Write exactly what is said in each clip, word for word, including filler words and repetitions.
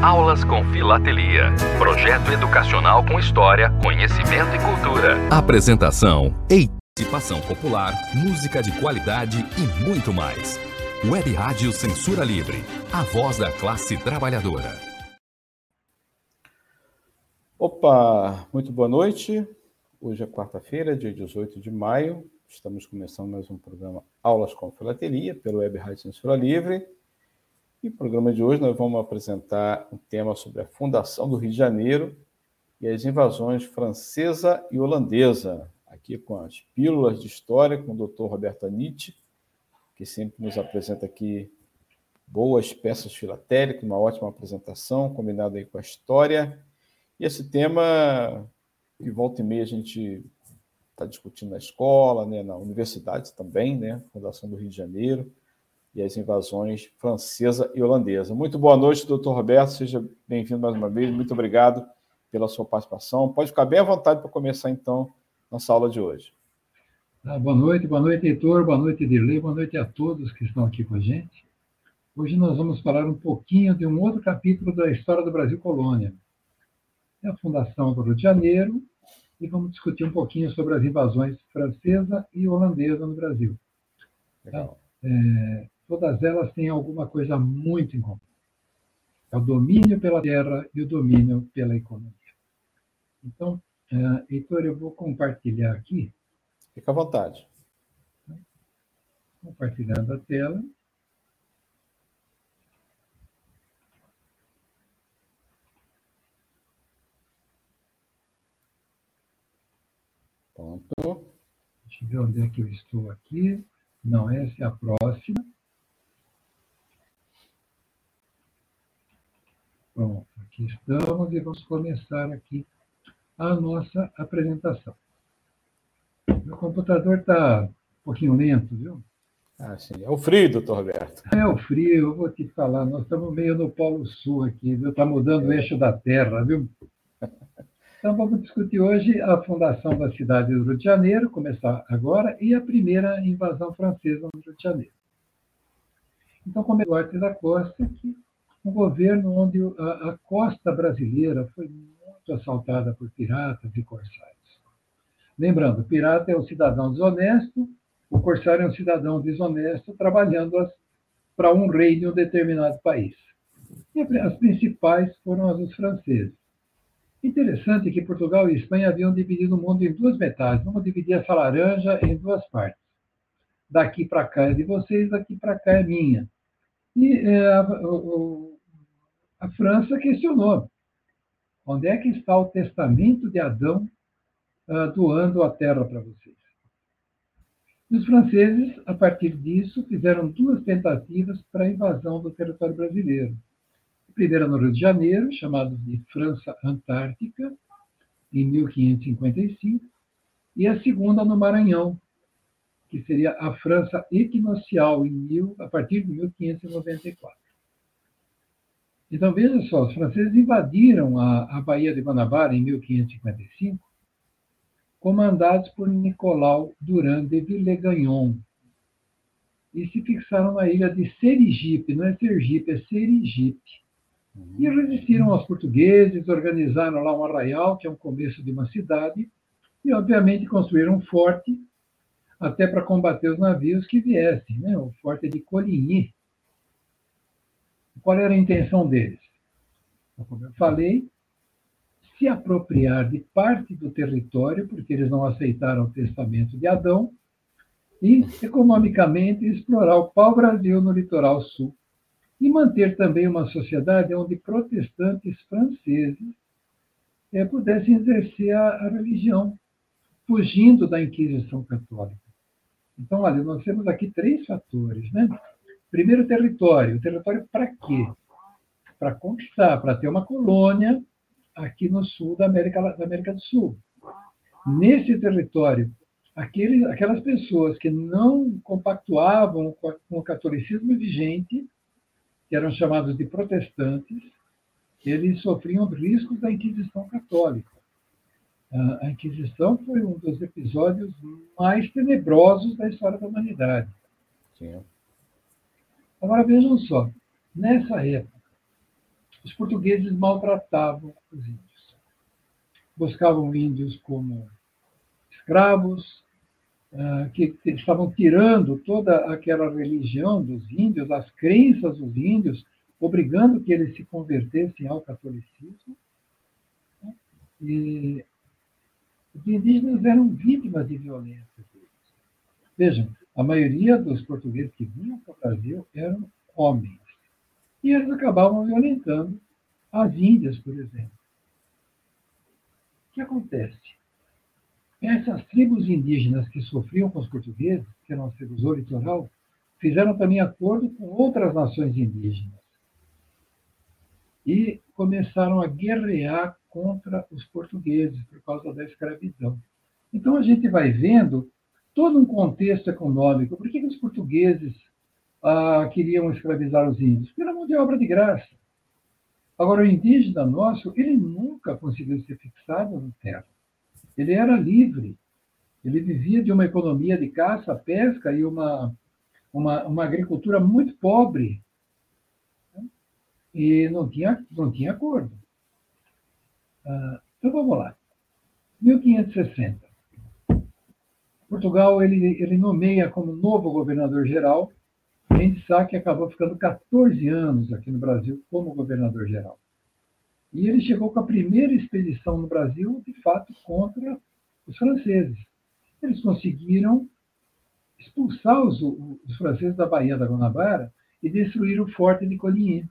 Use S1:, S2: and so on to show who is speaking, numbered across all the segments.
S1: Aulas com Filatelia. Projeto educacional com história, conhecimento e cultura. Apresentação: participação popular, música de qualidade e muito mais. Web Rádio Censura Livre, a voz da classe trabalhadora.
S2: Opa, muito boa noite. Hoje é quarta-feira, dia dezoito de maio. Estamos começando mais um programa Aulas com Filatelia, pelo Web Rádio Censura Livre. E no programa de hoje nós vamos apresentar um tema sobre a fundação do Rio de Janeiro e as invasões francesa e holandesa, aqui com as pílulas de história, com o doutor Roberto Anitti, que sempre nos apresenta aqui boas peças filatélicas, uma ótima apresentação, combinada aí com a história. E esse tema, que volta e meia a gente está discutindo na escola, né, na universidade também, né, Fundação do Rio de Janeiro e as invasões francesa e holandesa. Muito boa noite, doutor Roberto, seja bem-vindo mais uma vez, muito obrigado pela sua participação. Pode ficar bem à vontade para começar, então, nossa aula de hoje.
S3: Ah, boa noite, boa noite, Heitor, boa noite, Dirley, boa noite a todos que estão aqui com a gente. Hoje nós vamos falar um pouquinho de um outro capítulo da história do Brasil Colônia. É a fundação do Rio de Janeiro e vamos discutir um pouquinho sobre as invasões francesa e holandesa no Brasil. Legal. É, todas elas têm alguma coisa muito em comum. É o domínio pela terra e o domínio pela economia. Então, é, Heitor, eu vou compartilhar aqui.
S2: Fica à vontade.
S3: Compartilhando a tela.
S2: Pronto.
S3: Deixa eu ver onde é que eu estou aqui. Não, essa é a próxima. Pronto, aqui estamos e vamos começar aqui a nossa apresentação. Meu computador está um pouquinho lento, viu?
S2: Ah, sim. É o frio, doutor Roberto.
S3: É o frio, eu vou te falar, nós estamos meio no Polo Sul aqui, viu? Está mudando o eixo da Terra, viu? Então, vamos discutir hoje a fundação da cidade do Rio de Janeiro, começar agora, e a primeira invasão francesa no Rio de Janeiro. Então, como Duarte da Costa, que um governo onde a, a costa brasileira foi muito assaltada por piratas e corsários. Lembrando, o pirata é um cidadão desonesto, o corsário é um cidadão desonesto trabalhando para um rei de um determinado país. E as principais foram as dos franceses. Interessante que Portugal e Espanha haviam dividido o mundo em duas metades. Vamos dividir essa laranja em duas partes. Daqui para cá é de vocês, daqui para cá é minha. E é, a, a, a França questionou. Onde é que está o testamento de Adão uh, doando a terra para vocês? E os franceses, a partir disso, fizeram duas tentativas para a invasão do território brasileiro. A primeira no Rio de Janeiro, chamado de França Antártica, em mil quinhentos e cinquenta e cinco, e a segunda no Maranhão, que seria a França Equinocial, em mil, a partir de mil quinhentos e noventa e quatro. Então, veja só, os franceses invadiram a, a Baía de Guanabara em mil quinhentos e cinquenta e cinco, comandados por Nicolau Durand de Villegagnon, e se fixaram na ilha de Serigipe, não é Sergipe, é Serigipe. E resistiram aos portugueses, organizaram lá um arraial, que é um começo de uma cidade, e, obviamente, construíram um forte, até para combater os navios que viessem, né? O forte de Coligny. Qual era a intenção deles? Como eu falei, se apropriar de parte do território, porque eles não aceitaram o testamento de Adão, e, economicamente, explorar o pau-brasil no litoral sul, e manter também uma sociedade onde protestantes franceses eh, pudessem exercer a, a religião, fugindo da Inquisição Católica. Então, olha, nós temos aqui três fatores, né? Primeiro, território. Território para quê? Para conquistar, para ter uma colônia aqui no sul da América, da América do Sul. Nesse território, aqueles, aquelas pessoas que não compactuavam com, a, com o catolicismo vigente, que eram chamados de protestantes, eles sofriam riscos da Inquisição Católica. A Inquisição foi um dos episódios mais tenebrosos da história da humanidade. Sim. Agora, vejam só, nessa época, os portugueses maltratavam os índios. Buscavam índios como escravos, que estavam tirando toda aquela religião dos índios, as crenças dos índios, obrigando que eles se convertessem ao catolicismo. E os indígenas eram vítimas de violência. Vejam, a maioria dos portugueses que vinham para o Brasil eram homens. E eles acabavam violentando as índias, por exemplo. O que acontece? Essas tribos indígenas que sofriam com os portugueses, que eram as tribos do litoral, fizeram também acordo com outras nações indígenas e começaram a guerrear contra os portugueses por causa da escravidão. Então, a gente vai vendo todo um contexto econômico. Por que, que os portugueses ah, queriam escravizar os índios? Porque era mão de obra de graça. Agora, o indígena nosso, ele nunca conseguiu ser fixado na terra. Ele era livre. Ele vivia de uma economia de caça, pesca e uma, uma, uma agricultura muito pobre. E não tinha, não tinha acordo. Ah, então, vamos lá. mil quinhentos e sessenta. Portugal ele, ele nomeia como novo governador-geral Mendes Sá, que acabou ficando quatorze anos aqui no Brasil como governador-geral. E ele chegou com a primeira expedição no Brasil, de fato, contra os franceses. Eles conseguiram expulsar os, os franceses da Baía da Guanabara e destruir o forte de Coligny.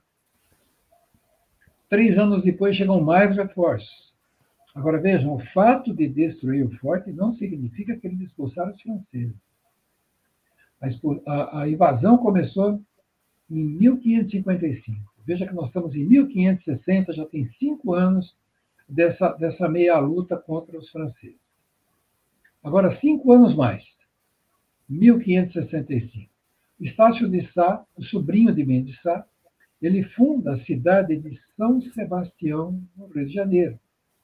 S3: Três anos depois chegam mais reforços. Agora, vejam, o fato de destruir o forte não significa que eles expulsaram os franceses. A, a, a invasão começou em mil quinhentos e cinquenta e cinco. Veja que nós estamos em mil quinhentos e sessenta, já tem cinco anos dessa, dessa meia-luta contra os franceses. Agora, cinco anos mais, mil quinhentos e sessenta e cinco. Estácio de Sá, o sobrinho de Mendes Sá, ele funda a cidade de São Sebastião, no Rio de Janeiro.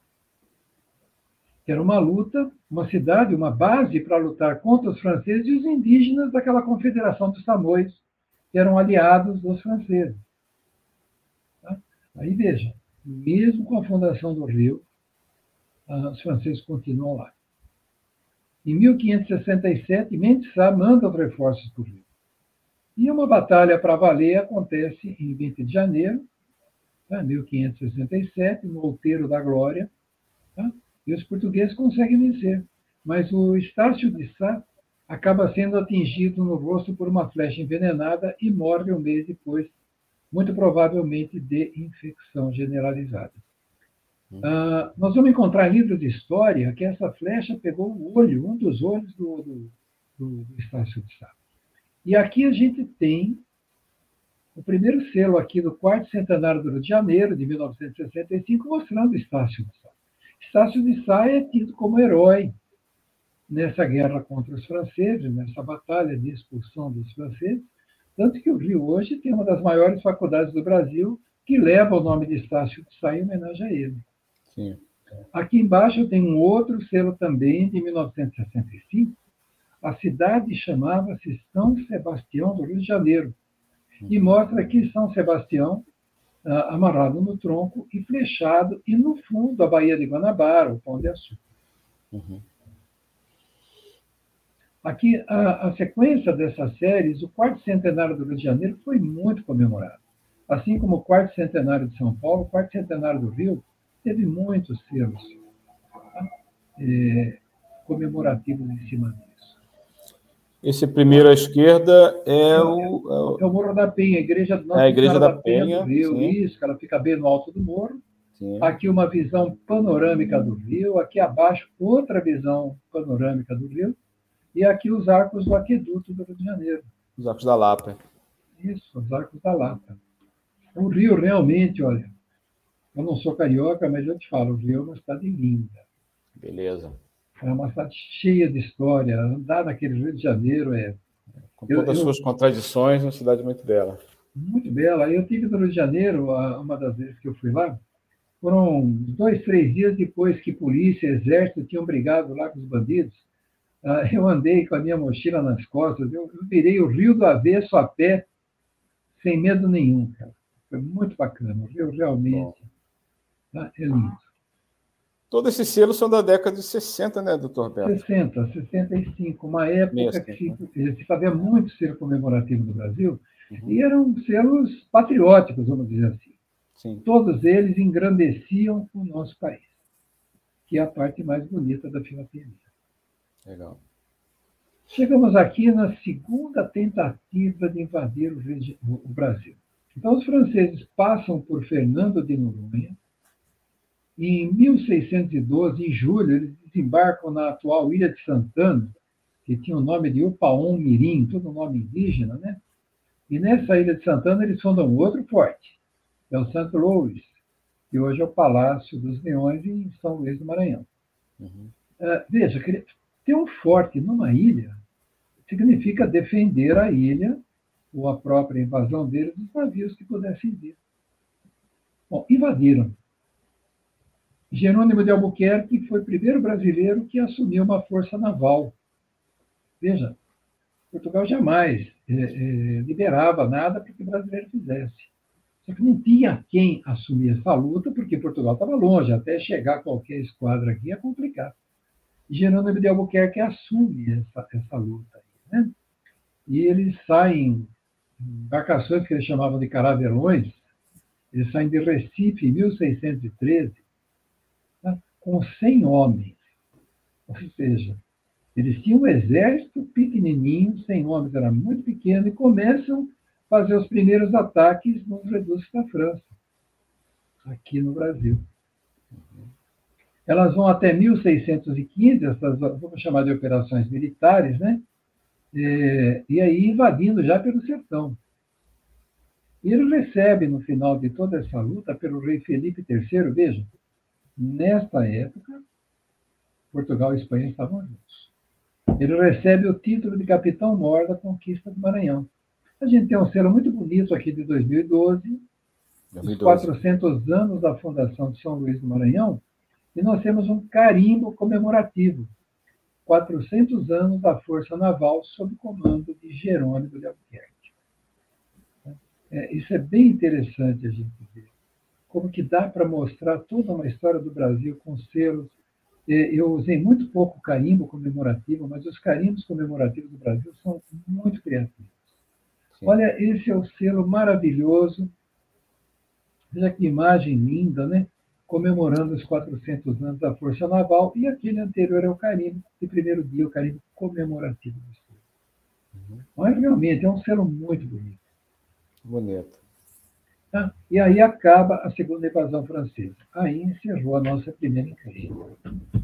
S3: Que era uma luta, uma cidade, uma base para lutar contra os franceses e os indígenas daquela confederação dos Tamoios, que eram aliados dos franceses. Tá? Aí veja, mesmo com a fundação do Rio, os franceses continuam lá. Em mil quinhentos e sessenta e sete, Mendes Sá manda os reforços para o Rio. E uma batalha para valer acontece em vinte de janeiro, tá? mil quinhentos e sessenta e sete, no Outeiro da Glória, tá? E os portugueses conseguem vencer. Mas o Estácio de Sá acaba sendo atingido no rosto por uma flecha envenenada e morre um mês depois, muito provavelmente de infecção generalizada. Uh, nós vamos encontrar em livros de história que essa flecha pegou o olho, um dos olhos do, do, do, do Estácio de Sá. E aqui a gente tem o primeiro selo aqui do quarto centenário do Rio de Janeiro, de mil novecentos e sessenta e cinco, mostrando Estácio de Sá. Estácio de Sá é tido como herói nessa guerra contra os franceses, nessa batalha de expulsão dos franceses, tanto que o Rio hoje tem uma das maiores faculdades do Brasil que leva o nome de Estácio de Sá em homenagem a ele.
S2: Sim.
S3: Aqui embaixo tem um outro selo também, de mil novecentos e sessenta e cinco. A cidade chamava-se São Sebastião do Rio de Janeiro. E mostra aqui São Sebastião, ah, amarrado no tronco e flechado, e no fundo a Baía de Guanabara, o Pão de Açúcar.
S2: Uhum.
S3: Aqui, a, a sequência dessas séries, o quarto centenário do Rio de Janeiro foi muito comemorado. Assim como o quarto centenário de São Paulo, o quarto centenário do Rio teve muitos selos, tá? é, comemorativos em cima disso.
S2: Esse primeiro à esquerda é o...
S3: É o Morro da Penha, a igreja,
S2: é a igreja da, da Penha,
S3: Penha do Rio,
S2: sim.
S3: Isso, que ela fica bem no alto do morro.
S2: Sim.
S3: Aqui uma visão panorâmica do Rio, aqui abaixo outra visão panorâmica do Rio, e aqui os arcos do aqueduto do Rio de Janeiro.
S2: Os arcos da Lapa.
S3: Isso, os arcos da Lapa. O Rio realmente, olha, eu não sou carioca, mas eu te falo, o Rio é uma cidade linda.
S2: Beleza.
S3: É uma cidade cheia de história. Andar naquele Rio de Janeiro é...
S2: Com todas as
S3: eu,
S2: suas contradições, uma cidade muito bela.
S3: Muito bela. Eu estive no Rio de Janeiro, uma das vezes que eu fui lá, foram dois, três dias depois que polícia e exército tinham brigado lá com os bandidos. Eu andei com a minha mochila nas costas, eu virei o Rio do avesso a pé, sem medo nenhum, cara. Foi muito bacana, viu? Realmente. Tá? É lindo.
S2: Todos esses selos são da década de sessenta, né, doutor Alberto?
S3: sessenta, sessenta e cinco, uma época que se,
S2: né?
S3: se fazia muito selo comemorativo no Brasil,
S2: Uhum.
S3: e eram selos patrióticos, vamos dizer assim.
S2: Sim.
S3: Todos eles engrandeciam o nosso país, que é a parte mais bonita da filatelia.
S2: Legal.
S3: Chegamos aqui na segunda tentativa de invadir o Brasil. Então, os franceses passam por Fernando de Noronha. E em mil seiscentos e doze, em julho, eles desembarcam na atual Ilha de Santana, que tinha o nome de Upaon Mirim, todo um nome indígena, né? E nessa Ilha de Santana, eles fundam outro forte, que é o Santo Louis, que hoje é o Palácio dos Leões em São Luís do Maranhão.
S2: Uhum.
S3: Uh, veja, ter um forte numa ilha significa defender a ilha ou a própria invasão deles dos navios que pudessem vir. Bom, invadiram. Jerônimo de Albuquerque foi o primeiro brasileiro que assumiu uma força naval. Veja, Portugal jamais é, é, liberava nada para que o brasileiro fizesse. Só que não tinha quem assumir essa luta, porque Portugal estava longe, até chegar qualquer esquadra aqui ia complicar. E Jerônimo de Albuquerque assume essa, essa luta. Aí, né? E eles saem em embarcações que eles chamavam de caravelões, eles saem de Recife em mil seiscentos e treze, né, com cem homens. Ou seja, eles tinham um exército pequenininho, cem homens, era muito pequeno, e começam a fazer os primeiros ataques nos redutos da França, aqui no Brasil. Elas vão até mil seiscentos e quinze, essas, vamos chamar de operações militares, né? E, e aí invadindo já pelo sertão. E ele recebe, no final de toda essa luta, pelo rei Felipe terceiro, veja, nesta época, Portugal e Espanha estavam juntos. Ele recebe o título de capitão-mor da conquista do Maranhão. A gente tem um selo muito bonito aqui de dois mil e doze, os quatrocentos anos da fundação de São Luís do Maranhão, e nós temos um carimbo comemorativo, quatrocentos anos da Força Naval sob comando de Jerônimo de Albuquerque. É, isso é bem interessante a gente ver. Como que dá para mostrar toda uma história do Brasil com selos. Eu usei muito pouco carimbo comemorativo, mas os carimbos comemorativos do Brasil são muito criativos. Sim. Olha, esse é o selo maravilhoso. Veja que imagem linda, né? Comemorando os quatrocentos anos da Força Naval, e aquele anterior é o carimbo, de primeiro dia, o carimbo comemorativo do selo. Uhum. Mas realmente é um selo muito bonito.
S2: Bonito.
S3: Tá? E aí acaba a segunda invasão francesa. Aí encerrou a nossa primeira encrenca.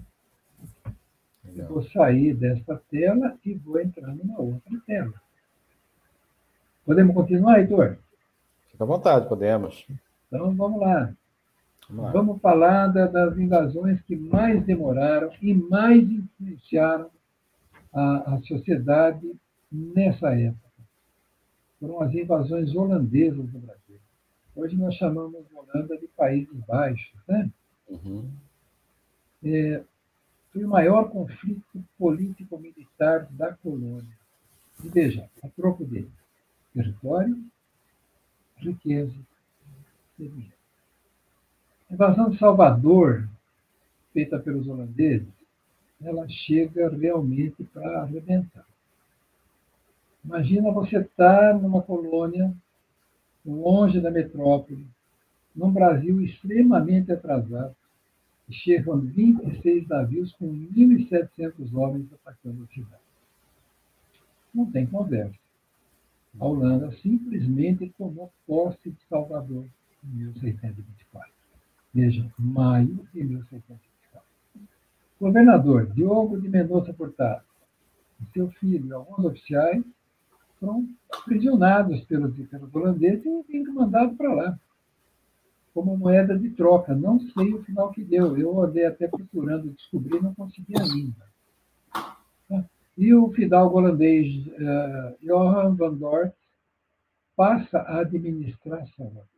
S3: Eu vou sair desta tela e vou entrar numa outra tela. Podemos continuar, Heitor?
S2: Fica à vontade, podemos.
S3: Então, vamos lá.
S2: Vamos, lá.
S3: Vamos falar da, das invasões que mais demoraram e mais influenciaram a, a sociedade nessa época. Foram as invasões holandesas do Brasil. Hoje nós chamamos Holanda de Países Baixos, né?
S2: Uhum.
S3: É, foi o maior conflito político-militar da colônia. E veja, a troco dele, território, riqueza e dinheiro. A invasão de Salvador, feita pelos holandeses, ela chega realmente para arrebentar. Imagina você estar numa colônia, longe da metrópole, num Brasil extremamente atrasado, e chegam vinte e seis navios com mil e setecentos homens atacando a cidade. Não tem conversa. A Holanda simplesmente tomou posse de Salvador em mil seiscentos e vinte e quatro. Veja, maio de mil seiscentos e vinte e quatro. O governador Diogo de Mendonça Furtado, seu filho e alguns oficiais foram aprisionados pelos, pelos holandeses e mandados para lá, como moeda de troca. Não sei o final que deu. Eu andei até procurando descobrir, não consegui ainda. E o fidalgo holandês uh, Johan van Dort passa a administrar Salvador.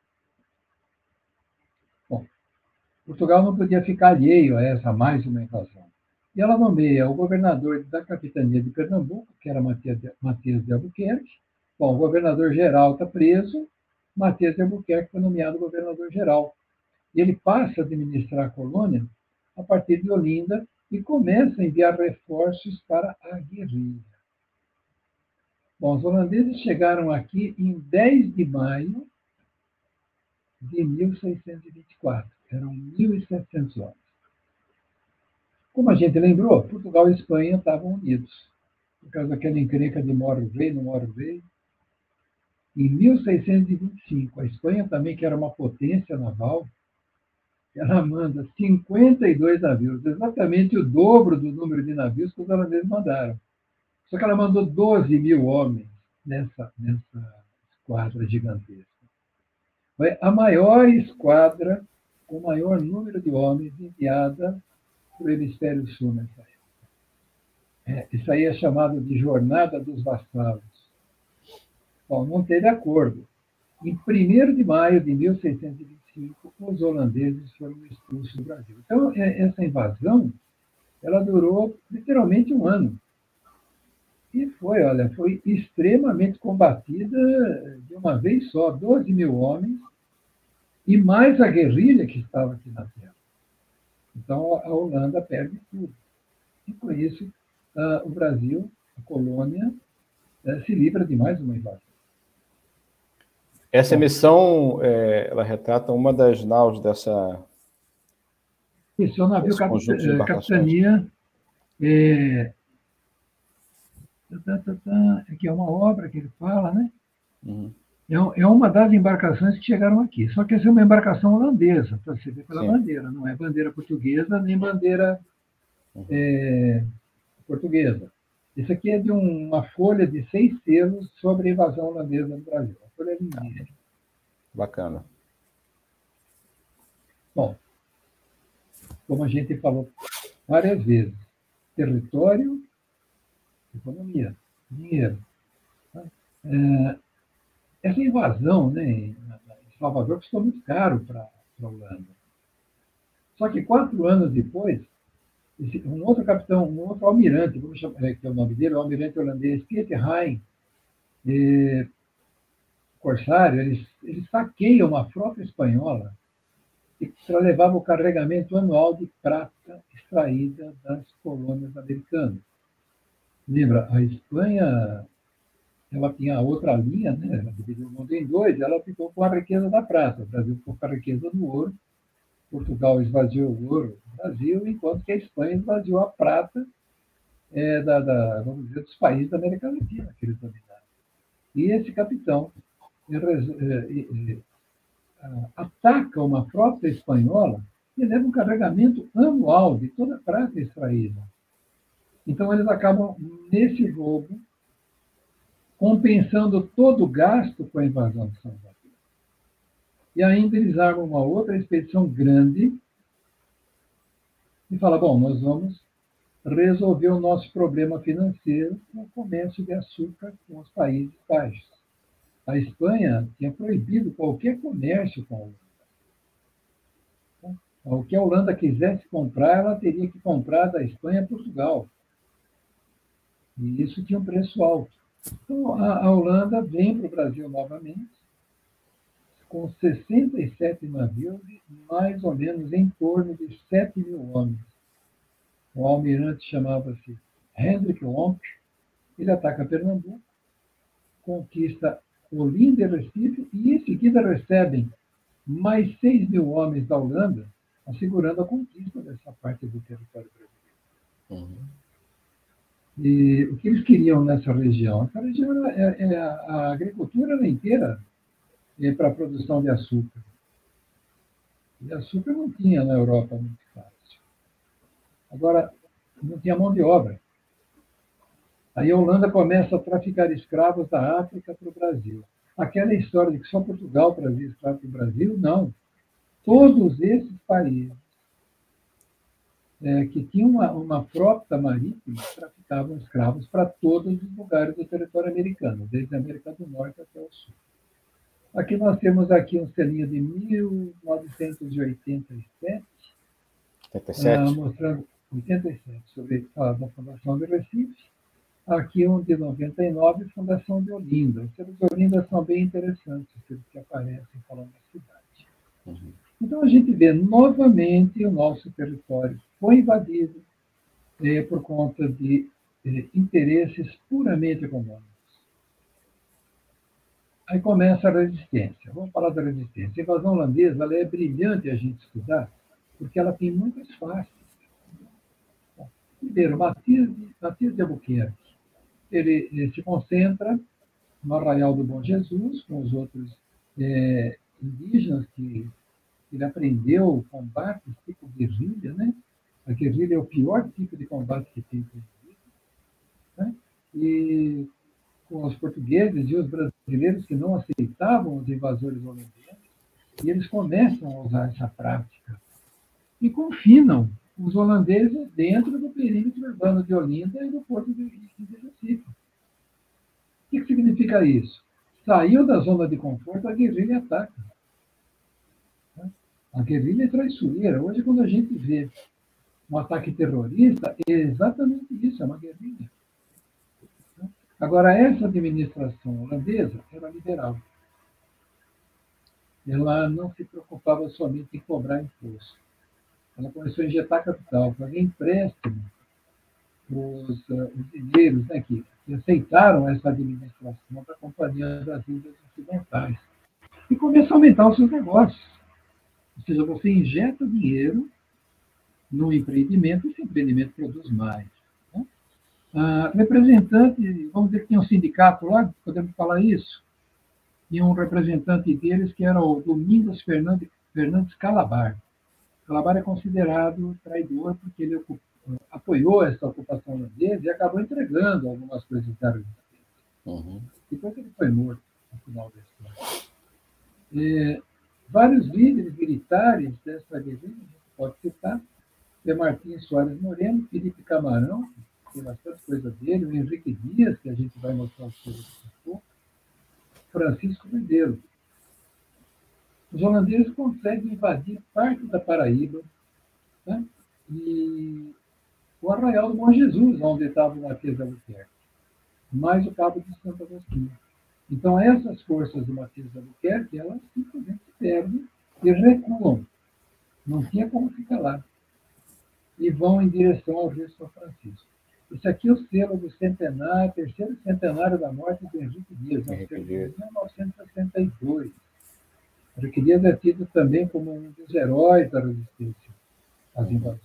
S3: Bom, Portugal não podia ficar alheio a essa mais uma invasão. E ela nomeia o governador da capitania de Pernambuco, que era Matias de, Matias de Albuquerque. Bom, o governador-geral está preso, Matias de Albuquerque foi nomeado governador-geral. E ele passa a administrar a colônia a partir de Olinda e começa a enviar reforços para a guerrilha. Bom, os holandeses chegaram aqui em dez de maio de mil seiscentos e vinte e quatro. Eram mil e setecentos homens. Como a gente lembrou, Portugal e Espanha estavam unidos, por causa daquela encrenca de mora o rei, não mora o rei. Em mil seiscentos e vinte e cinco, a Espanha também, que era uma potência naval, ela manda cinquenta e dois navios, exatamente o dobro do número de navios que os holandeses mandaram. Só que ela mandou doze mil homens nessa, nessa esquadra gigantesca. Foi a maior esquadra, com o maior número de homens enviada para o Hemisfério Sul nessa época. É, isso aí é chamado de Jornada dos Vassalos. Bom, não teve acordo. Em primeiro de maio de mil seiscentos e vinte e cinco, os holandeses foram expulsos do Brasil. Então, essa invasão, ela durou literalmente um ano. E foi, olha, foi extremamente combatida de uma vez só, doze mil homens, e mais a guerrilha que estava aqui na terra. Então, a Holanda perde tudo. E, com isso, o Brasil, a colônia, se livra de mais uma invasão.
S2: Essa emissão, é, ela retrata uma das naus dessa...
S3: Isso é o navio cap de Capitania... É... Aqui é uma obra que ele fala, né? Uhum. É uma das embarcações que chegaram aqui. Só que essa é uma embarcação holandesa, para você ver pela Sim. bandeira. Não é bandeira portuguesa, nem bandeira uhum. é, portuguesa. Isso aqui é de uma folha de seis selos sobre a invasão holandesa no Brasil. A folha é lindíssima.
S2: Bacana.
S3: Bom, como a gente falou várias vezes, território, economia, dinheiro. É, essa invasão, né, em Salvador custou muito caro para a Holanda. Só que quatro anos depois, esse, um outro capitão, um outro almirante, vamos chamar, que é o nome dele, o almirante holandês Pieter Hein, é, corsário, eles, eles saqueiam uma frota espanhola que levava o carregamento anual de prata extraída das colônias americanas. Lembra, a Espanha, ela tinha outra linha, né? Ela dividiu o mundo em dois, ela ficou com a riqueza da prata, o Brasil ficou com a riqueza do ouro, Portugal esvaziou o ouro do Brasil, enquanto que a Espanha esvaziou a prata é, da, da, vamos dizer, dos países da América Latina que eles dominaram. E esse capitão ele, ele, ele, ataca uma frota espanhola e leva um carregamento anual de toda a prata extraída. Então, eles acabam, nesse jogo, compensando todo o gasto com a invasão de Salvador. E ainda eles armam uma outra expedição grande e falam, bom, nós vamos resolver o nosso problema financeiro com o comércio de açúcar com os Países Baixos. A Espanha tinha proibido qualquer comércio com a Holanda. O que a Holanda quisesse comprar, ela teria que comprar da Espanha a Portugal. E isso tinha um preço alto. Então, a, a Holanda vem para o Brasil novamente, com sessenta e sete navios e mais ou menos em torno de sete mil homens. O almirante chamava-se Hendrik Lonck, ele ataca Pernambuco, conquista Olinda e Recife, e em seguida recebem mais seis mil homens da Holanda, assegurando a conquista dessa parte do território brasileiro. Uhum. E o que eles queriam nessa região? Essa região, é, é, a agricultura era inteira é, para a produção de açúcar. E açúcar não tinha na Europa muito fácil. Agora, não tinha mão de obra. Aí a Holanda começa a traficar escravos da África para o Brasil. Aquela história de que só Portugal trazia escravos para o Brasil, não. Todos esses países é, que tinham uma, uma frota marítima traficavam escravos para todos os lugares do território americano, desde a América do Norte até o Sul. Aqui nós temos aqui um selinho de mil novecentos e oitenta e sete,
S2: oitenta e sete.
S3: Uh, mostrando oitenta e sete, sobre a da Fundação de Recife. Aqui, um de noventa e nove, Fundação de Olinda. Os selos de Olinda são bem interessantes, os selos que aparecem falando da cidade. Uhum. Então, a gente vê novamente o nosso território foi invadido eh, por conta de eh, interesses puramente econômicos. Aí começa a resistência. Vamos falar da resistência. A invasão holandesa ela é brilhante a gente estudar, porque ela tem muitas faces. Primeiro, Matias de, Matias de Albuquerque. Ele, ele se concentra no Arraial do Bom Jesus, com os outros é, indígenas que ele aprendeu o combate, tipo guerrilha, né? A guerrilha é o pior tipo de combate que tem, né? E com os portugueses e os brasileiros que não aceitavam os invasores holandeses, e eles começam a usar essa prática e confinam os holandeses dentro do perímetro urbano de Olinda e do porto de, de Recife. O que significa isso? Saiu da zona de conforto, a guerrilha ataca. A guerrilha é traiçoeira. Hoje, quando a gente vê um ataque terrorista, é exatamente isso, é uma guerrilha. Agora, essa administração holandesa era liberal. Ela não se preocupava somente em cobrar imposto. Ela começou a injetar capital, fazer empréstimo para os, uh, os mineiros, né, que, que aceitaram essa administração da Companhia das Índias Ocidentais. E começa a aumentar os seus negócios. Ou seja, você injeta dinheiro no empreendimento, e esse empreendimento produz mais. Né? Ah, representante, vamos dizer que tinha um sindicato lá, podemos falar isso? Tinha um representante deles que era o Domingos Fernandes, Fernandes Calabar. Calabar é considerado traidor porque ele ocupou, apoiou essa ocupação holandesa e acabou entregando algumas coisas da resistência. Uhum. Depois ele foi morto no final da história. É, vários líderes militares dessa guerrilha, a gente pode citar, é Martins Soares Moreno, Felipe Camarão, tem bastante coisa dele, o Henrique Dias, que a gente vai mostrar os coisas daqui a pouco, Francisco Medeiros. Os holandeses conseguem invadir parte da Paraíba, né? E o Arraial do Bom Jesus, onde estava o Matias de Albuquerque, mais o Cabo de Santo Agostinho. Então, essas forças do Matias de Albuquerque, elas simplesmente se perdem e recuam. Não tinha como ficar lá. E vão em direção ao Rio São Francisco. Esse aqui é o selo do centenário, terceiro centenário da morte de Henrique Dias, né? De mil novecentos e sessenta e dois. Henrique Dias é tido também como um dos heróis da resistência às invasões.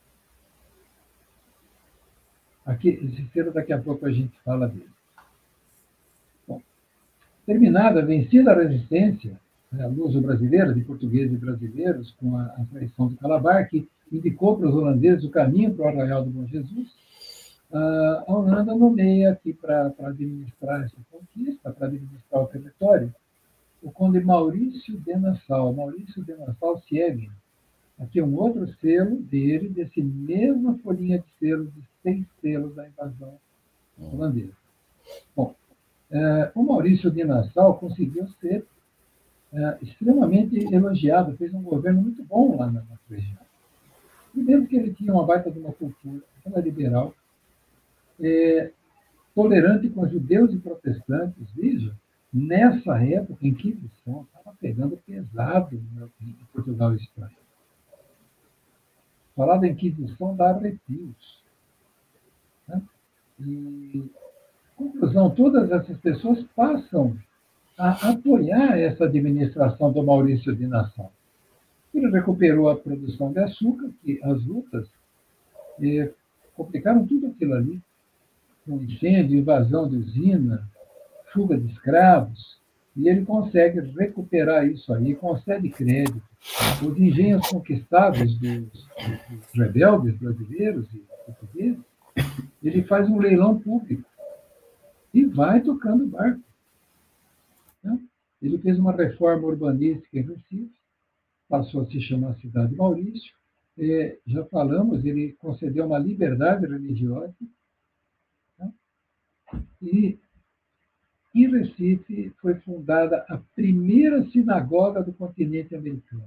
S3: Aqui, esse selo, daqui a pouco a gente fala dele. Bom, terminada, vencida a resistência, a luso-brasileira, de portugueses e brasileiros, com a, a traição do Calabar, que indicou para os holandeses o caminho para o Arraial do Bom Jesus, a Holanda nomeia aqui para administrar essa conquista, para administrar o território, o conde Maurício de Nassau. Maurício de Nassau Siegen. Aqui é um outro selo dele, desse mesma folhinha de selo, de seis selos da invasão holandesa. Bom, eh, o Maurício de Nassau conseguiu ser eh, extremamente elogiado, fez um governo muito bom lá na nossa região. Primeiro que ele tinha uma baita de uma cultura, ela liberal, eh, tolerante com judeus e protestantes. Veja, nessa época, a Inquisição estava pegando pesado em Portugal e Espanha. Falar da Inquisição dá arrepios. Né? E, conclusão, todas essas pessoas passam a apoiar essa administração do Maurício de Nassau. Ele recuperou a produção de açúcar, que as lutas eh, complicaram tudo aquilo ali, com incêndio, invasão de usina, fuga de escravos, e ele consegue recuperar isso aí, concede crédito. Os engenhos conquistados dos, dos rebeldes brasileiros e portugueses, ele faz um leilão público e vai tocando o barco. Né? Ele fez uma reforma urbanística em Recife, passou a se chamar Cidade Maurício. É, já falamos, ele concedeu uma liberdade religiosa. Né? E em Recife foi fundada a primeira sinagoga do continente americano.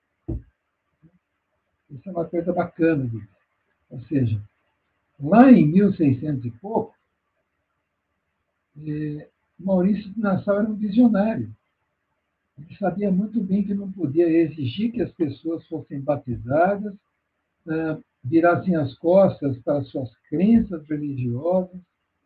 S3: Isso é uma coisa bacana de ver. Ou seja, lá em mil e seiscentos e pouco, É, Maurício de Nassau era um visionário. Ele sabia muito bem que não podia exigir que as pessoas fossem batizadas, ah, virassem as costas para as suas crenças religiosas,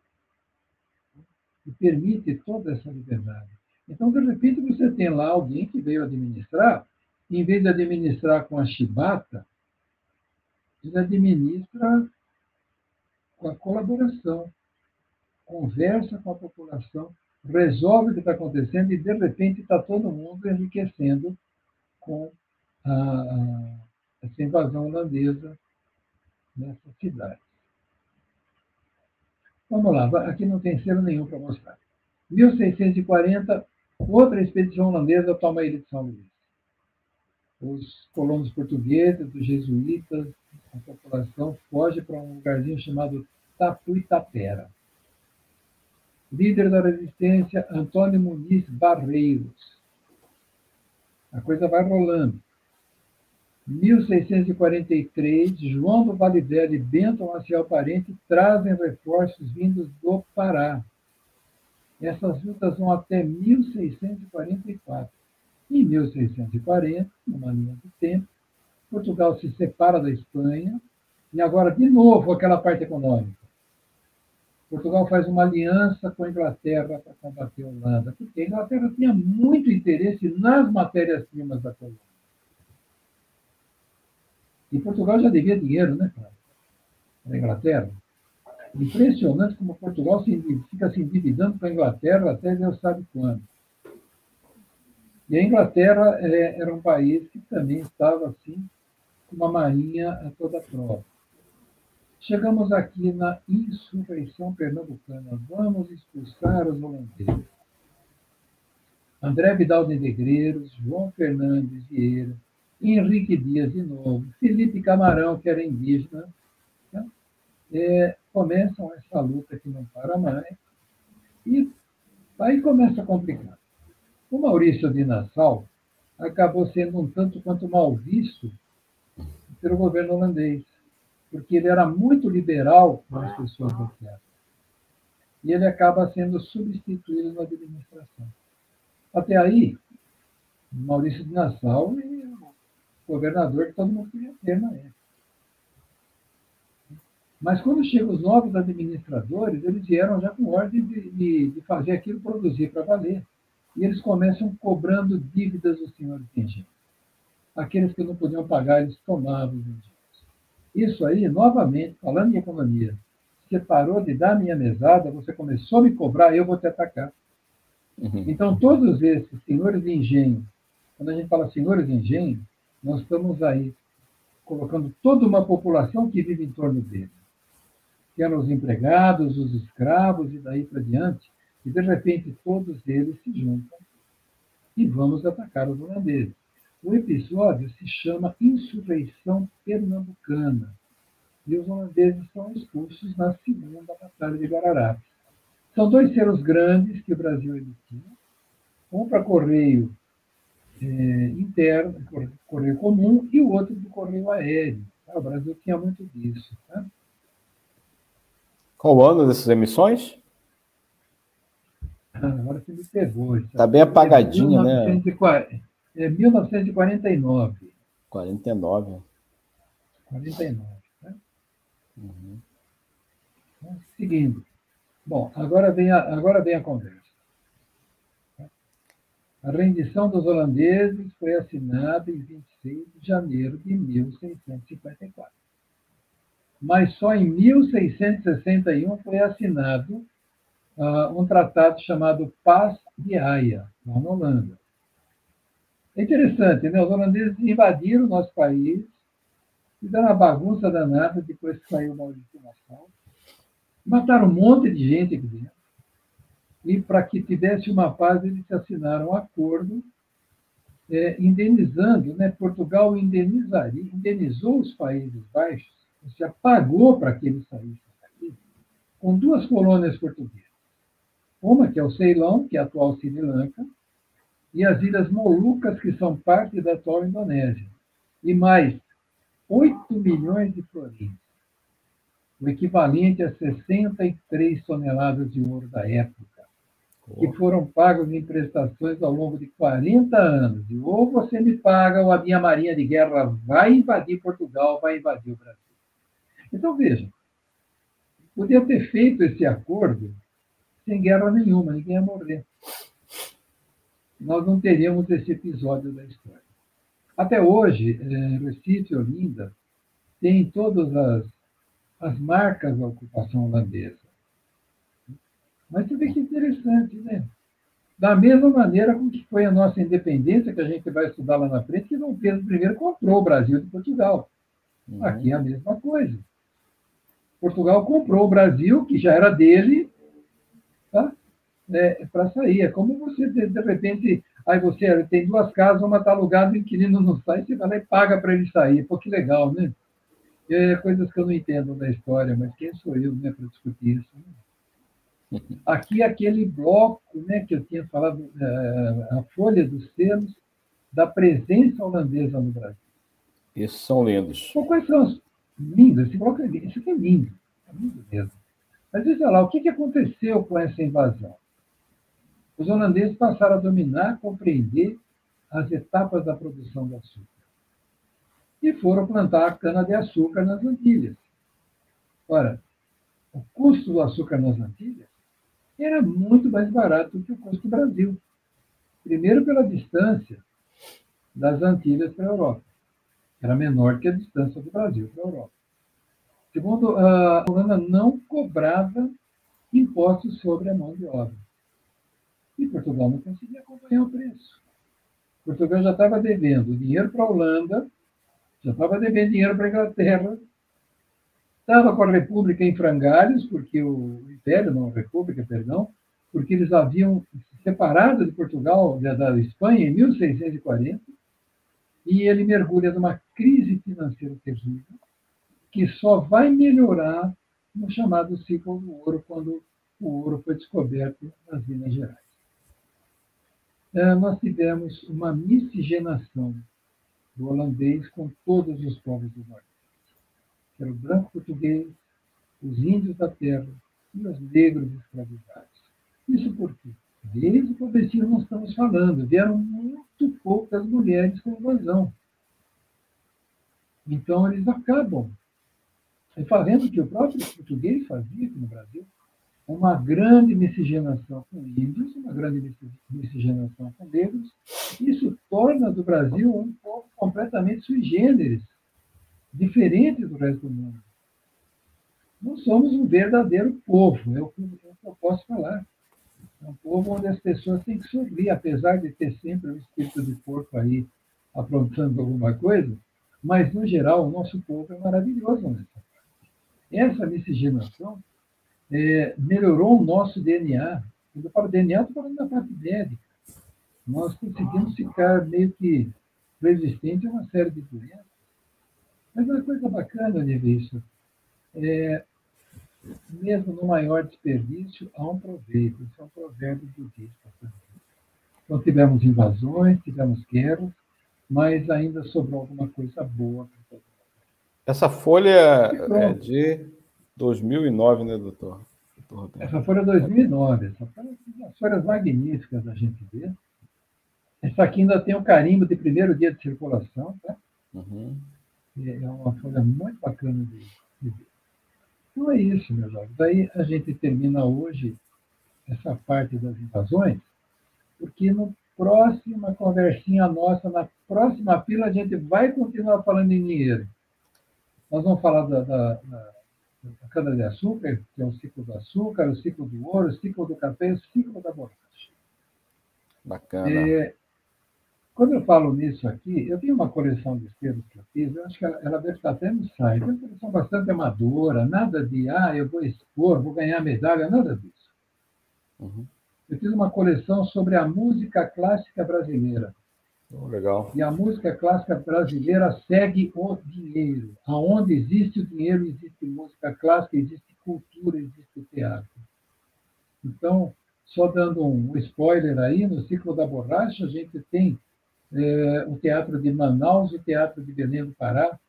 S3: e permite toda essa liberdade. Então, de repente, você tem lá alguém que veio administrar, e em vez de administrar com a chibata, ele administra com a colaboração, conversa com a população, resolve o que está acontecendo e, de repente, está todo mundo enriquecendo com a, a, essa invasão holandesa nessa cidade. Vamos lá, aqui não tem selo nenhum para mostrar. mil seiscentos e quarenta, outra expedição holandesa toma a ilha de São Luís. Os colonos portugueses, os jesuítas, a população foge para um lugarzinho chamado Tapuitapera. Líder da resistência, Antônio Muniz Barreiros. A coisa vai rolando. mil seiscentos e quarenta e três, João do Valivelho e Bento Maciel Parente trazem reforços vindos do Pará. Essas lutas vão até mil seiscentos e quarenta e quatro. Em mil seiscentos e quarenta, numa linha do tempo, Portugal se separa da Espanha e agora, de novo, aquela parte econômica. Portugal faz uma aliança com a Inglaterra para combater a Holanda, porque a Inglaterra tinha muito interesse nas matérias-primas da colônia. E Portugal já devia dinheiro, né, para a Inglaterra. Impressionante como Portugal se, fica se endividando com a Inglaterra até Deus sabe quando. E a Inglaterra é, era um país que também estava assim, com uma marinha a toda prova. Chegamos aqui na insurreição pernambucana. Vamos expulsar os holandeses. André Vidal de Negreiros, João Fernandes Vieira, Henrique Dias de novo, Felipe Camarão, que era indígena, né? é, começam essa luta que não para mais. E aí começa a complicar. O Maurício de Nassau acabou sendo um tanto quanto mal visto pelo governo holandês, porque ele era muito liberal com as pessoas da terra. E ele acaba sendo substituído na administração. Até aí, Maurício de Nassau é o governador que todo mundo queria ter na época. Mas quando chegam os novos administradores, eles vieram já com ordem de, de, de fazer aquilo produzir para valer. E eles começam cobrando dívidas dos senhores de engenho. Aqueles que não podiam pagar, eles tomavam os engenhos. Isso aí, novamente, falando em economia, você parou de dar minha mesada, você começou a me cobrar, eu vou te atacar. Uhum. Então, todos esses senhores de engenho, quando a gente fala senhores de engenho, nós estamos aí colocando toda uma população que vive em torno deles. Que eram os empregados, os escravos e daí para diante, e de repente todos eles se juntam e vamos atacar os holandeses. O episódio se chama Insurreição Pernambucana e os holandeses são expulsos na segunda Batalha de Guararapes. São dois selos grandes que o Brasil emitiu, um para correio é, interno, correio comum, e o outro do correio aéreo. Tá? O Brasil tinha muito disso. Tá?
S2: Qual o ano dessas emissões?
S3: Ah, agora você me pegou.
S2: Está bem apagadinho,
S3: é mil novecentos e quarenta, né? É mil novecentos e quarenta e nove.
S2: quarenta e nove.
S3: quarenta e nove, né? Uhum. Então, seguindo. Bom, agora vem a, agora vem a conversa. A rendição dos holandeses foi assinada em vinte e seis de janeiro de mil seiscentos e cinquenta e quatro. Mas só em mil seiscentos e sessenta e um foi assinado uh, um tratado chamado Paz de Haia, lá na Holanda. É interessante, né? Os holandeses invadiram o nosso país, fizeram uma bagunça danada depois que saiu o Maurício de Nassau, mataram um monte de gente aqui dentro, e para que tivesse uma paz, eles assinaram um acordo é, indenizando, né? Portugal indenizaria, indenizou os Países Baixos, ou seja, pagou para que eles saíssem daqui, com duas colônias portuguesas. Uma que é o Ceilão, que é a atual Sri Lanka, e as Ilhas Molucas, que são parte da atual Indonésia. E mais oito milhões de florins, o equivalente a sessenta e três toneladas de ouro da época. que foram pagos em prestações ao longo de quarenta anos. E ou você me paga, ou a minha marinha de guerra vai invadir Portugal, vai invadir o Brasil. Então, veja, podia ter feito esse acordo sem guerra nenhuma, ninguém ia morrer. Nós não teríamos esse episódio da história. Até hoje, Recife e Olinda têm todas as, as marcas da ocupação holandesa. Mas você vê que interessante, né? Da mesma maneira com que foi a nossa independência, que a gente vai estudar lá na frente, que Dom Pedro primeiro comprou o Brasil de Portugal. Uhum. Aqui é a mesma coisa. Portugal comprou o Brasil, que já era dele, tá? É, para sair. É como você, de, de repente, aí você tem duas casas, uma está alugada, o inquilino não sai, você vai lá e paga para ele sair. Pô, que legal, né? É coisas que eu não entendo da história, mas quem sou eu, né, para discutir isso? Né? Aqui, aquele bloco, né, que eu tinha falado, a folha dos termos da presença holandesa no Brasil.
S2: Esses são lindos.
S3: Bom, quais são os lindos? Esse bloco é lindo. Isso aqui é lindo. É lindo mesmo. Mas veja lá, o que aconteceu com essa invasão? Os holandeses passaram a dominar, compreender as etapas da produção do açúcar. E foram plantar cana-de-açúcar nas Antilhas. Ora, o custo do açúcar nas Antilhas era muito mais barato do que o custo do Brasil. Primeiro, pela distância das Antilhas para a Europa. Era menor que a distância do Brasil para a Europa. Segundo, a Holanda não cobrava impostos sobre a mão de obra. E Portugal não conseguia acompanhar o preço. Portugal já estava devendo dinheiro para a Holanda, já estava devendo dinheiro para a Inglaterra, estava com a República em frangalhos, porque o Império, não a República, perdão, porque eles haviam se separado de Portugal, da, da Espanha, em mil seiscentos e quarenta, e ele mergulha numa crise financeira terrível, que só vai melhorar no chamado ciclo do ouro, quando o ouro foi descoberto nas Minas Gerais. É, nós tivemos uma miscigenação do holandês com todos os povos do Norte. Era o branco português, os índios da terra e os negros escravizados. Isso por quê? Desde o começo nós estamos falando, vieram muito poucas mulheres com invasão. Então, eles acabam fazendo o que o próprio português fazia aqui no Brasil, uma grande miscigenação com índios, uma grande miscigenação com negros. Isso torna do Brasil um povo completamente sui generis, diferente do resto do mundo. Nós somos um verdadeiro povo, é o que eu posso falar. É um povo onde as pessoas têm que sorrir, apesar de ter sempre um espírito de porco aí aprontando alguma coisa, mas, no geral, o nosso povo é maravilhoso nessa parte. Essa miscigenação é, melhorou o nosso D N A. Quando eu falo D N A, estou falando da parte médica. Nós conseguimos ficar meio que resistente a uma série de doenças. Mas uma coisa bacana de ver isso é, mesmo no maior desperdício, há um proveito. Isso é um provérbio budista. Então, tivemos invasões, tivemos guerras, mas ainda sobrou alguma coisa boa para todo mundo.
S2: Essa folha é de dois mil e nove, né, doutor?
S3: Essa folha é dois mil e nove. Essa folha é uma das folhas magníficas da gente ver. Essa aqui ainda tem o carimbo de primeiro dia de circulação, tá? Uhum. É uma folha muito bacana de, de ver. Então é isso, meus jovens. Daí a gente termina hoje essa parte das invasões, porque no próxima conversinha nossa, na próxima pila, a gente vai continuar falando em dinheiro. Nós vamos falar da, da, da, da cana-de-açúcar, que é o ciclo do açúcar, o ciclo do ouro, o ciclo do café e o ciclo da borracha.
S2: Bacana.
S3: É, quando eu falo nisso aqui, eu tenho uma coleção de estelos que eu fiz, eu acho que ela, ela deve estar até no site. É uma coleção bastante amadora, nada de, ah, eu vou expor, vou ganhar medalha, nada disso. Uhum. Eu fiz uma coleção sobre a música clássica brasileira.
S2: Oh, legal.
S3: E a música clássica brasileira segue o dinheiro. Aonde existe o dinheiro, existe música clássica, existe cultura, existe teatro. Então, só dando um spoiler aí, no ciclo da borracha, a gente tem é, o Teatro de Manaus e o Teatro de Belém do Pará.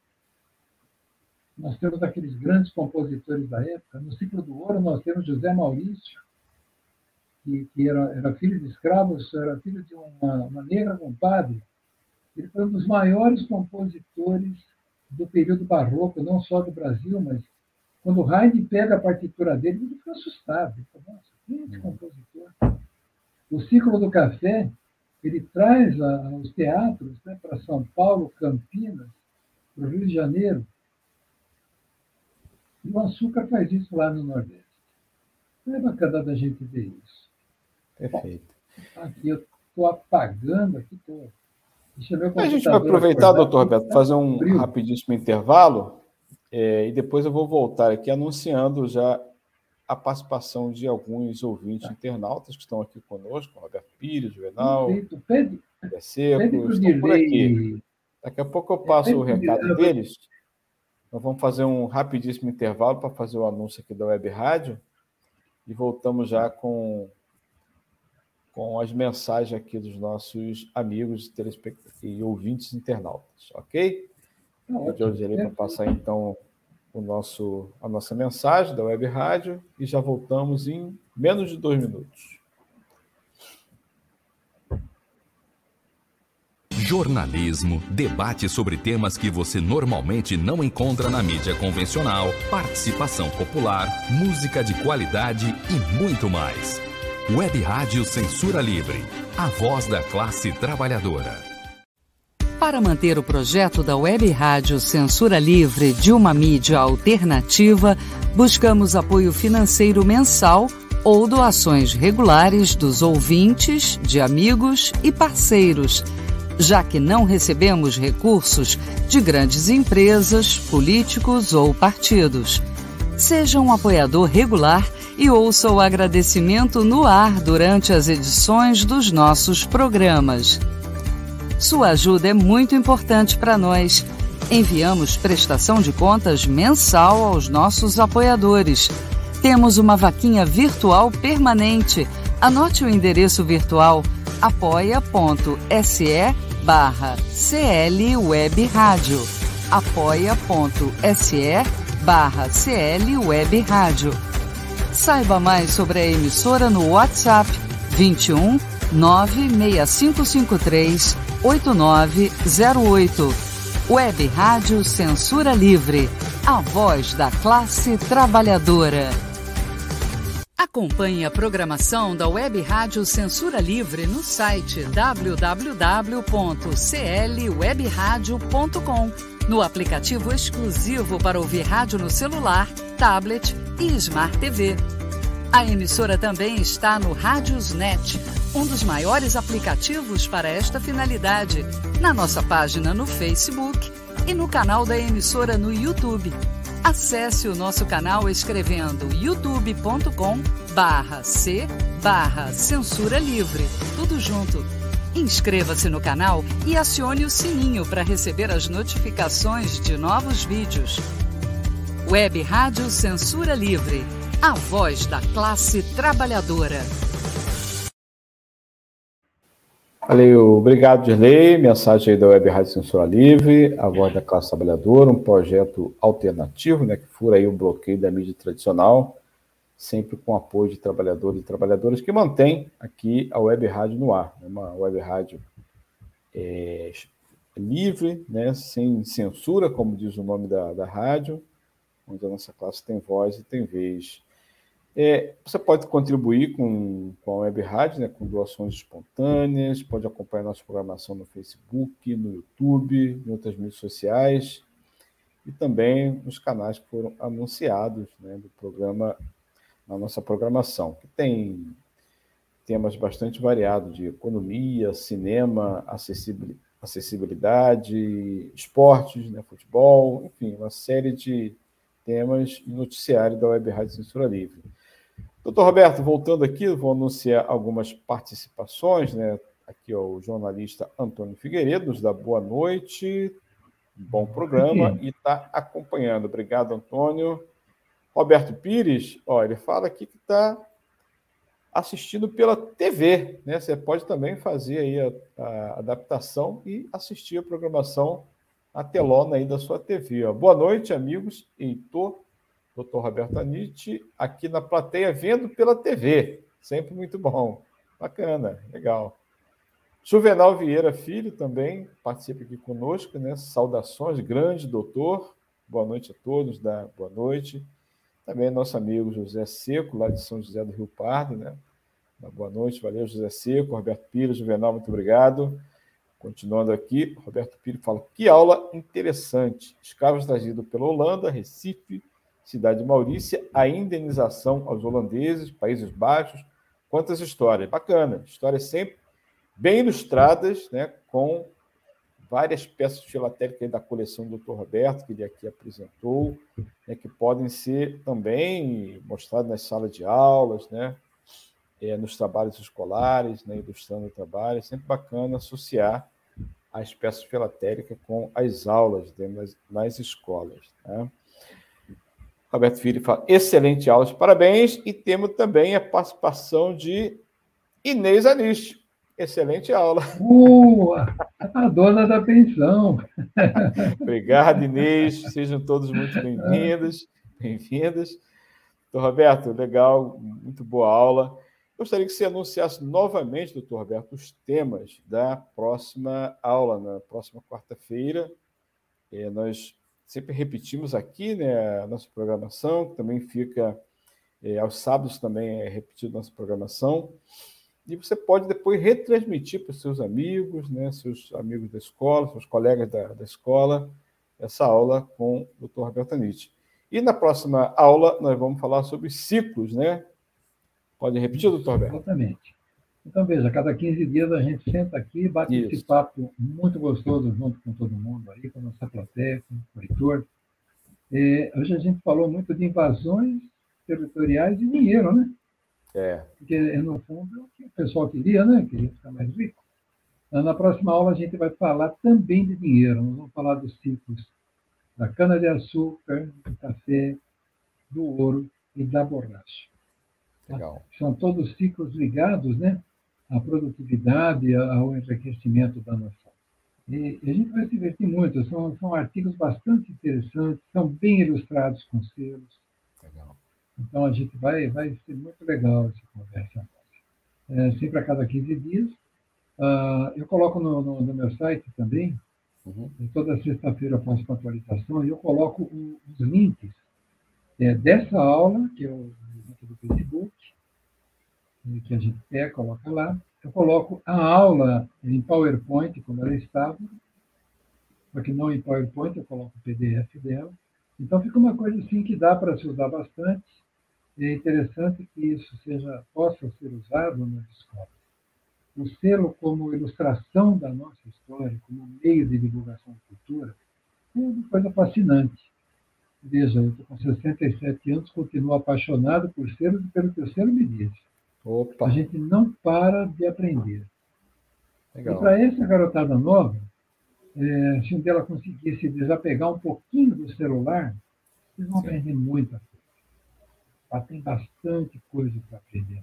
S3: Nós temos aqueles grandes compositores da época. No ciclo do ouro, nós temos José Maurício, que, que era, era filho de escravos, era filho de uma, uma negra compadre. Ele foi um dos maiores compositores do período barroco, não só do Brasil, mas quando o Haydn pega a partitura dele, ele fica assustado. Ele fala, nossa, quem é esse compositor? O Ciclo do Café, ele traz a, os teatros, né, para São Paulo, Campinas, para o Rio de Janeiro. E o Açúcar faz isso lá no Nordeste. Não é bacana da gente ver isso.
S2: Perfeito.
S3: Bom, aqui eu estou apagando, aqui estou...
S2: A gente vai aproveitar, doutor Roberto, fazer um rapidíssimo intervalo é, e depois eu vou voltar aqui anunciando já a participação de alguns ouvintes tá. internautas que estão aqui conosco, Roberto Pires, Juvenal,
S3: pede,
S2: Seco,
S3: pede
S2: estão
S3: direi...
S2: por aqui. Daqui a pouco eu passo o recado deles. Nós vamos fazer um rapidíssimo intervalo para fazer o anúncio aqui da Web Rádio e voltamos já com... com as mensagens aqui dos nossos amigos e ouvintes internautas, ok? Vou pedir ao gerente para passar, então, o nosso, a nossa mensagem da Web Rádio e já voltamos em menos de dois minutos.
S1: Jornalismo, debate sobre temas que você normalmente não encontra na mídia convencional, participação popular, música de qualidade e muito mais. Web Rádio Censura Livre, a voz da classe trabalhadora.
S4: Para manter o projeto da Web Rádio Censura Livre de uma mídia alternativa, buscamos apoio financeiro mensal ou doações regulares dos ouvintes, de amigos e parceiros, já que não recebemos recursos de grandes empresas, políticos ou partidos. Seja um apoiador regular e ouça o agradecimento no ar durante as edições dos nossos programas. Sua ajuda é muito importante para nós. Enviamos prestação de contas mensal aos nossos apoiadores. Temos uma vaquinha virtual permanente. Anote o endereço virtual apoia.se barra CL Web Rádio. apoia.se barra CL Web Rádio. Saiba mais sobre a emissora no WhatsApp vinte e um, nove seis cinco cinco três, oito nove zero oito. Web Rádio Censura Livre, a voz da classe trabalhadora. Acompanhe a programação da Web Rádio Censura Livre no site w w w ponto c l web radio ponto com, no aplicativo exclusivo para ouvir rádio no celular, tablet e Smart T V. A emissora também está no Radiosnet, um dos maiores aplicativos para esta finalidade, na nossa página no Facebook e no canal da emissora no YouTube. Acesse o nosso canal escrevendo youtube ponto com barra c barra censura livre, tudo junto. Inscreva-se no canal e acione o sininho para receber as notificações de novos vídeos. Web Rádio Censura Livre, a voz da classe trabalhadora.
S2: Valeu, obrigado, Dirley. Mensagem aí da Web Rádio Censura Livre, a voz da classe trabalhadora, um projeto alternativo, né, que fura aí o bloqueio da mídia tradicional, sempre com apoio de trabalhadores e trabalhadoras que mantém aqui a Web Rádio no ar. É uma Web Rádio é, livre, né, sem censura, como diz o nome da, da rádio, onde a nossa classe tem voz e tem vez. É, você pode contribuir com, com a Web Rádio, né, com doações espontâneas, pode acompanhar nossa programação no Facebook, no YouTube, em outras mídias sociais, e também nos canais que foram anunciados, né, do programa, na nossa programação, que tem temas bastante variados de economia, cinema, acessibilidade, esportes, né, futebol, enfim, uma série de temas e noticiário da Web Rádio Censura Livre. Doutor Roberto, voltando aqui, vou anunciar algumas participações, né? Aqui ó, o jornalista Antônio Figueiredo nos dá boa noite, bom programa, e está acompanhando. Obrigado, Antônio. Roberto Pires, ó, ele fala aqui que está assistindo pela T V, né? Você pode também fazer aí a, a adaptação e assistir a programação na telona aí da sua T V. Ó. Boa noite, amigos. Heitor, doutor Roberto Anite, aqui na plateia, vendo pela T V. Sempre muito bom. Bacana, legal. Juvenal Vieira Filho também participa aqui conosco, né? Saudações, grande doutor. Boa noite a todos, dá boa noite. Também nosso amigo José Seco, lá de São José do Rio Pardo, né? Boa noite, valeu, José Seco, Roberto Pires, Juvenal, muito obrigado. Continuando aqui, Roberto Pires fala, que aula interessante. Escravos trazidos pela Holanda, Recife, Cidade de Maurícia, a indenização aos holandeses, Países Baixos, quantas histórias. Bacana, histórias sempre bem ilustradas, né, com várias peças filatéricas da coleção do doutor Roberto, que ele aqui apresentou, né, que podem ser também mostradas nas salas de aulas, né, é, nos trabalhos escolares, né, ilustrando o trabalho. É sempre bacana associar as peças filatéricas com as aulas né, nas, nas escolas. Né? Roberto Filho fala, excelente aula, parabéns, e temos também a participação de Inês Aniste. Excelente aula.
S3: Uh, a dona da pensão.
S2: Obrigado, Inês. Sejam todos muito bem-vindos, bem-vindas. Doutor Roberto, legal, muito boa aula. Gostaria que você anunciasse novamente, doutor Roberto, os temas da próxima aula, na próxima quarta-feira. É, nós sempre repetimos aqui, né, a nossa programação, que também fica é, aos sábados também é repetida nossa programação. E você pode depois retransmitir para os seus amigos, né, seus amigos da escola, seus colegas da, da escola, essa aula com o doutor Roberto Anite. E na próxima aula nós vamos falar sobre ciclos, né? Pode repetir, doutor Roberto?
S3: Exatamente. Então, veja, a cada quinze dias a gente senta aqui e bate Isso. esse papo muito gostoso junto com todo mundo aí, com a nossa plateia, com o leitor. E hoje a gente falou muito de invasões territoriais e dinheiro, né?
S2: É.
S3: Porque, no fundo, é o que o pessoal queria, né? Queria ficar mais rico. Na próxima aula a gente vai falar também de dinheiro. Nós vamos falar dos ciclos da cana-de-açúcar, do café, do ouro e da borracha.
S2: Legal.
S3: São todos ciclos ligados, né, à produtividade, ao enriquecimento da nação. E a gente vai se divertir muito. São, são artigos bastante interessantes, são bem ilustrados com selos.
S2: Legal.
S3: Então, a gente vai, vai ser muito legal essa conversa. É, sempre a cada quinze dias. Uh, eu coloco no, no, no meu site também, uhum. Toda sexta-feira eu faço uma atualização, e eu coloco o, os links é, dessa aula, que é o link do Facebook, que a gente quer, coloca lá. Eu coloco a aula em PowerPoint, como ela estava, só que não em PowerPoint, eu coloco o P D F dela. Então, fica uma coisa assim que dá para se usar bastante. E é interessante que isso seja, possa ser usado nas escolas. O selo como ilustração da nossa história, como meio de divulgação de cultura, é uma coisa fascinante. Veja, eu estou com sessenta e sete anos, continuo apaixonado por selos e pelo que o selo me diz.
S2: Opa.
S3: A gente não para de aprender.
S2: Legal.
S3: E para essa garotada nova, é, se um dela conseguisse desapegar um pouquinho do celular, eles vão Sim. aprender muita coisa. Lá tem bastante coisa para aprender.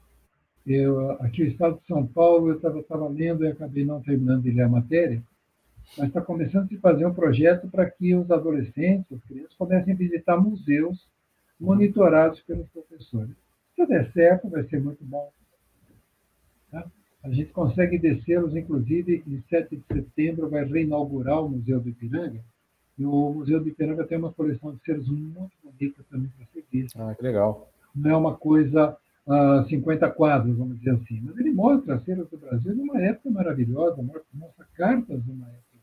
S3: Eu, aqui no estado de São Paulo, eu estava lendo e acabei não terminando de ler a matéria, mas está começando a se fazer um projeto para que os adolescentes, as crianças, comecem a visitar museus monitorados pelos professores. Se der certo, vai ser muito bom. Tá? A gente consegue descê-los, inclusive, em sete de setembro vai reinaugurar o Museu do Ipiranga, e o Museu do Ipiranga tem uma coleção de selos muito bonita também para ser vista.
S2: Ah, que legal.
S3: Não é uma coisa... Uh, cinquenta quadros, vamos dizer assim. Mas ele mostra as cenas do Brasil numa época maravilhosa, mostra cartas numa época.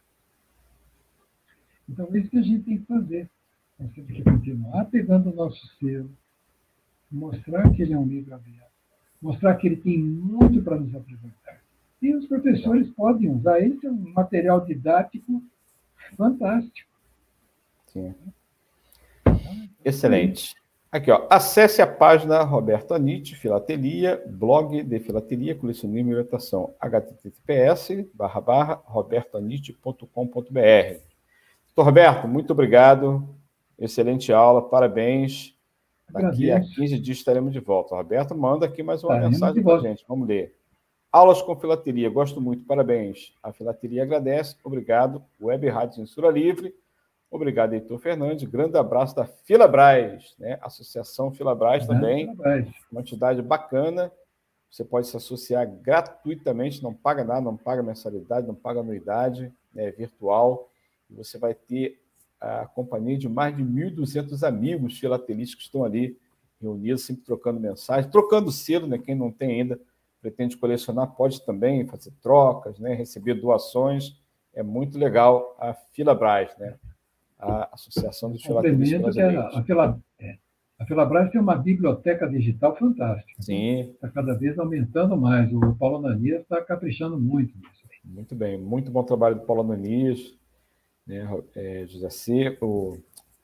S3: Então, é isso que a gente tem que fazer. Nós temos que continuar pegando o nosso selo, mostrar que ele é um livro aberto, mostrar que ele tem muito para nos apresentar. E os professores podem usar. Esse é um material didático fantástico.
S2: Sim. Excelente. Aqui, ó, acesse a página Roberto Anite, Filatelia, blog de filatelia, colecionismo e orientação, h t t p s barra barra roberto anite ponto com ponto b r. Doutor Roberto, muito obrigado, excelente aula, parabéns. Daqui
S3: Agradeço.
S2: a quinze dias estaremos de volta. Roberto, manda aqui mais uma
S3: Tá,
S2: mensagem para a gente, vamos ler. Aulas com filatelia, gosto muito, parabéns. A filatelia agradece, obrigado. Web Rádio Censura Livre, Obrigado, Heitor Fernandes. Grande abraço da Filabras, né? Associação Filabras também. Filabras. Uma entidade bacana. Você pode se associar gratuitamente, não paga nada, não paga mensalidade, não paga anuidade, né? É virtual. E você vai ter a companhia de mais de mil e duzentos amigos filatelistas que estão ali reunidos, sempre trocando mensagem, trocando selo, né? Quem não tem ainda, pretende colecionar, pode também fazer trocas, né? Receber doações. É muito legal a Filabras, né? A Associação dos Filatelistas Brasileiros.
S3: A, Fila, é, a Filabras tem uma biblioteca digital fantástica.
S2: Sim.
S3: Está cada vez aumentando mais. O Paulo Ananias está caprichando muito nisso.
S2: Muito bem. Muito bom trabalho do Paulo Ananias, né? É, José Seco,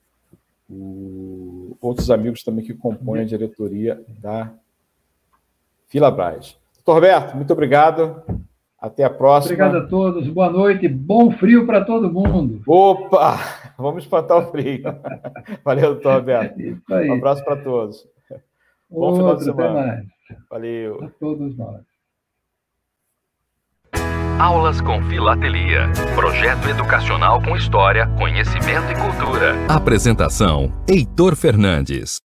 S2: o, outros amigos também que compõem a diretoria da Filabras. Doutor Roberto, muito obrigado. Até a próxima.
S3: Obrigado a todos. Boa noite. Bom frio para todo mundo.
S2: Opa! Vamos espantar o frio. Valeu, doutor Roberto.
S3: Isso aí.
S2: Um abraço para todos. Bom
S3: Outro,
S2: final de semana.
S3: Até mais.
S2: Valeu.
S3: A todos nós.
S1: Aulas com Filatelia. Projeto educacional com história, conhecimento e cultura. Apresentação: Heitor Fernandes.